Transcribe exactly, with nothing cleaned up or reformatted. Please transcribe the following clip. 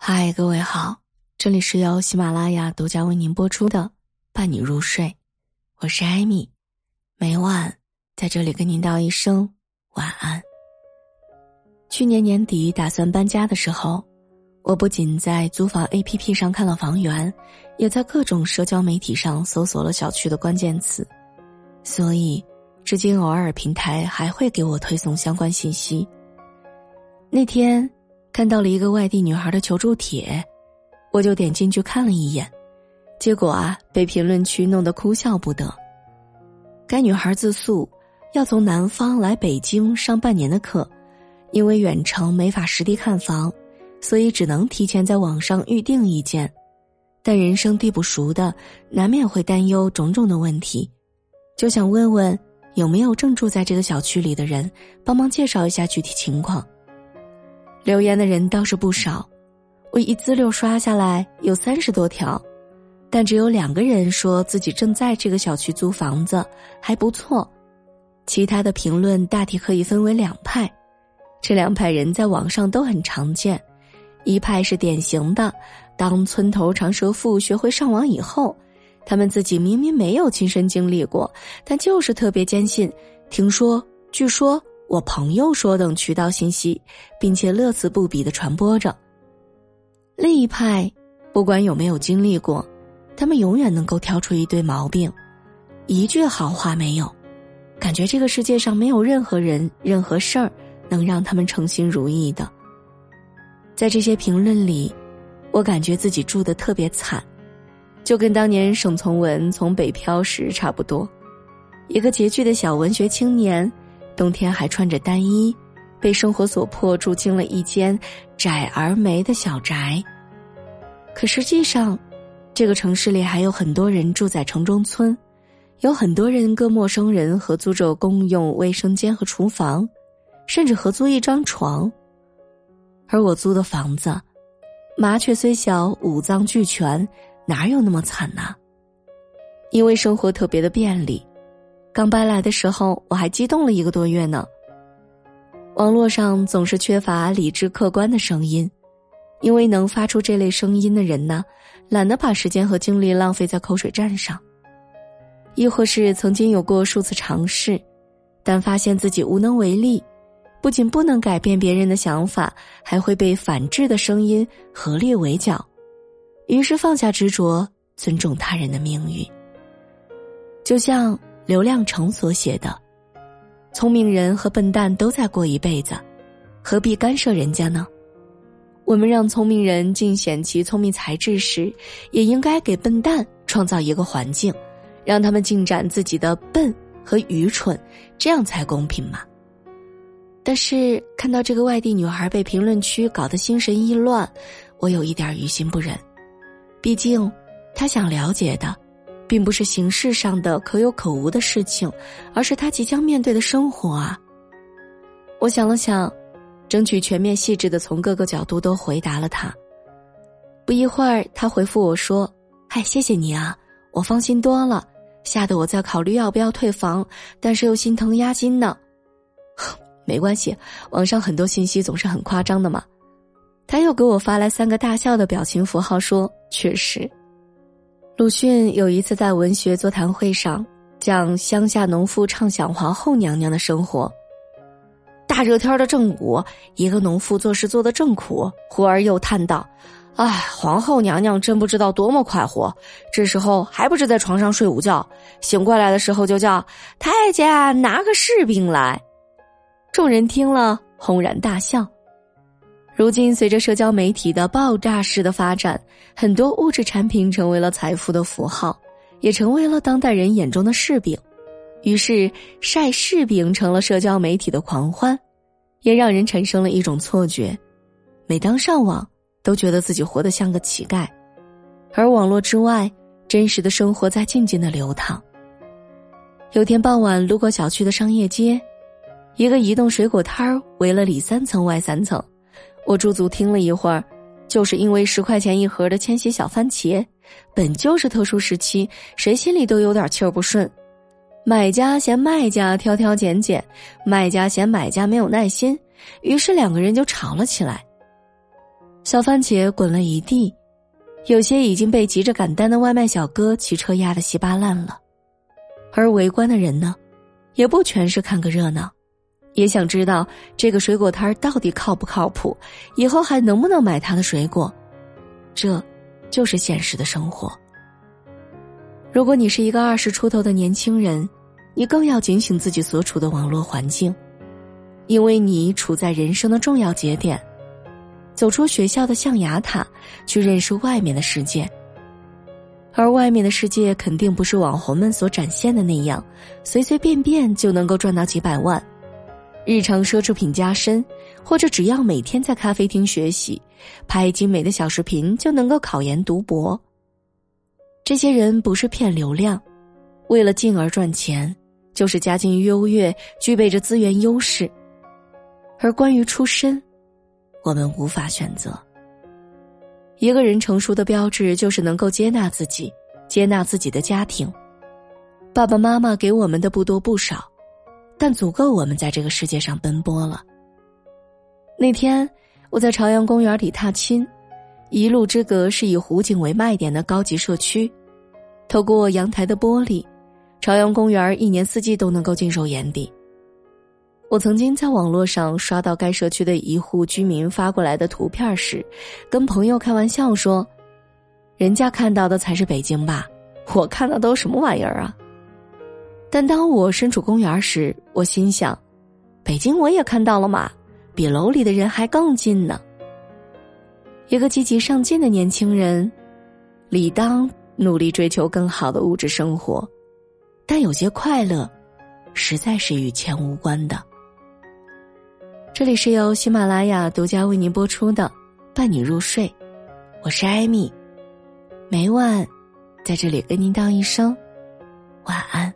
嗨，各位好，这里是由喜马拉雅独家为您播出的伴你入睡，我是艾米，每晚在这里跟您道一声晚安。去年年底打算搬家的时候，我不仅在租房 A P P 上看了房源，也在各种社交媒体上搜索了小区的关键词，所以至今偶尔平台还会给我推送相关信息。那天看到了一个外地女孩的求助帖，我就点进去看了一眼，结果啊，被评论区弄得哭笑不得。该女孩自诉要从南方来北京上半年的课，因为远程没法实地看房，所以只能提前在网上预定一间。但人生地不熟的，难免会担忧种种的问题，就想问问有没有正住在这个小区里的人，帮忙介绍一下具体情况。留言的人倒是不少，我一资溜刷下来有三十多条，但只有两个人说自己正在这个小区租房子，还不错。其他的评论大体可以分为两派，这两派人在网上都很常见。一派是典型的，当村头长舌妇学会上网以后，他们自己明明没有亲身经历过，但就是特别坚信听说据说我朋友说等渠道信息，并且乐此不疲地传播着。另一派不管有没有经历过，他们永远能够挑出一堆毛病，一句好话没有，感觉这个世界上没有任何人任何事儿能让他们称心如意的。在这些评论里，我感觉自己住得特别惨，就跟当年沈从文从北漂时差不多。一个拮据的小文学青年，冬天还穿着单衣，被生活所迫住进了一间窄而美的小宅。可实际上，这个城市里还有很多人住在城中村，有很多人跟陌生人合租着公用卫生间和厨房，甚至合租一张床。而我租的房子，麻雀虽小，五脏俱全，哪有那么惨呢？因为生活特别的便利，刚搬来的时候我还激动了一个多月呢。网络上总是缺乏理智客观的声音，因为能发出这类声音的人呢，懒得把时间和精力浪费在口水战上，亦或是曾经有过数次尝试，但发现自己无能为力，不仅不能改变别人的想法，还会被反制的声音合力围剿，于是放下执着，尊重他人的命运。就像刘亮程所写的，聪明人和笨蛋都在过一辈子，何必干涉人家呢？我们让聪明人尽显其聪明才智时，也应该给笨蛋创造一个环境，让他们尽展自己的笨和愚蠢，这样才公平嘛。但是看到这个外地女孩被评论区搞得心神意乱，我有一点于心不忍。毕竟她想了解的并不是形式上的可有可无的事情，而是她即将面对的生活啊。我想了想，争取全面细致地从各个角度都回答了她。不一会儿她回复我说，嗨，谢谢你啊，我放心多了，吓得我在考虑要不要退房，但是又心疼押金呢。没关系，网上很多信息总是很夸张的嘛。他又给我发来三个大笑的表情符号说，确实。鲁迅有一次在文学座谈会上讲乡下农妇畅想皇后娘娘的生活。大热天的正午，一个农妇做事做得正苦，忽而又叹道，哎，皇后娘娘真不知道多么快活，这时候还不是在床上睡午觉，醒过来的时候就叫太监拿个士兵来。众人听了轰然大笑。如今随着社交媒体的爆炸式的发展，很多物质产品成为了财富的符号，也成为了当代人眼中的柿饼。于是晒柿饼成了社交媒体的狂欢，也让人产生了一种错觉，每当上网都觉得自己活得像个乞丐，而网络之外真实的生活在静静的流淌。有天傍晚路过小区的商业街，一个移动水果摊儿围了里三层外三层，我驻足听了一会儿，就是因为十块钱一盒的千禧小番茄，本就是特殊时期，谁心里都有点气儿不顺。买家嫌卖家挑挑拣拣，卖家嫌买家没有耐心，于是两个人就吵了起来。 小番茄滚了一地，有些已经被急着赶单的外卖小哥骑车压得稀巴烂了。而围观的人呢，也不全是看个热闹，也想知道这个水果摊到底靠不靠谱，以后还能不能买他的水果。这就是现实的生活。如果你是一个二十出头的年轻人，你更要警醒自己所处的网络环境，因为你处在人生的重要节点，走出学校的象牙塔，去认识外面的世界。而外面的世界肯定不是网红们所展现的那样，随随便便就能够赚到几百万，日常奢侈品加身，或者只要每天在咖啡厅学习，拍精美的小视频就能够考研读博。这些人不是骗流量，为了进而赚钱，就是家境优越，具备着资源优势。而关于出身，我们无法选择。一个人成熟的标志就是能够接纳自己，接纳自己的家庭。爸爸妈妈给我们的不多不少，但足够我们在这个世界上奔波了。那天我在朝阳公园里踏青，一路之隔是以湖景为卖点的高级社区，透过阳台的玻璃，朝阳公园一年四季都能够尽收眼底。我曾经在网络上刷到该社区的一户居民发过来的图片时，跟朋友开玩笑说，人家看到的才是北京吧，我看到都什么玩意儿啊。但当我身处公园时，我心想，北京我也看到了嘛，比楼里的人还更近呢。一个积极上进的年轻人，理当努力追求更好的物质生活，但有些快乐实在是与钱无关的。这里是由喜马拉雅独家为您播出的伴你入睡，我是艾米，每晚在这里跟您道一声晚安。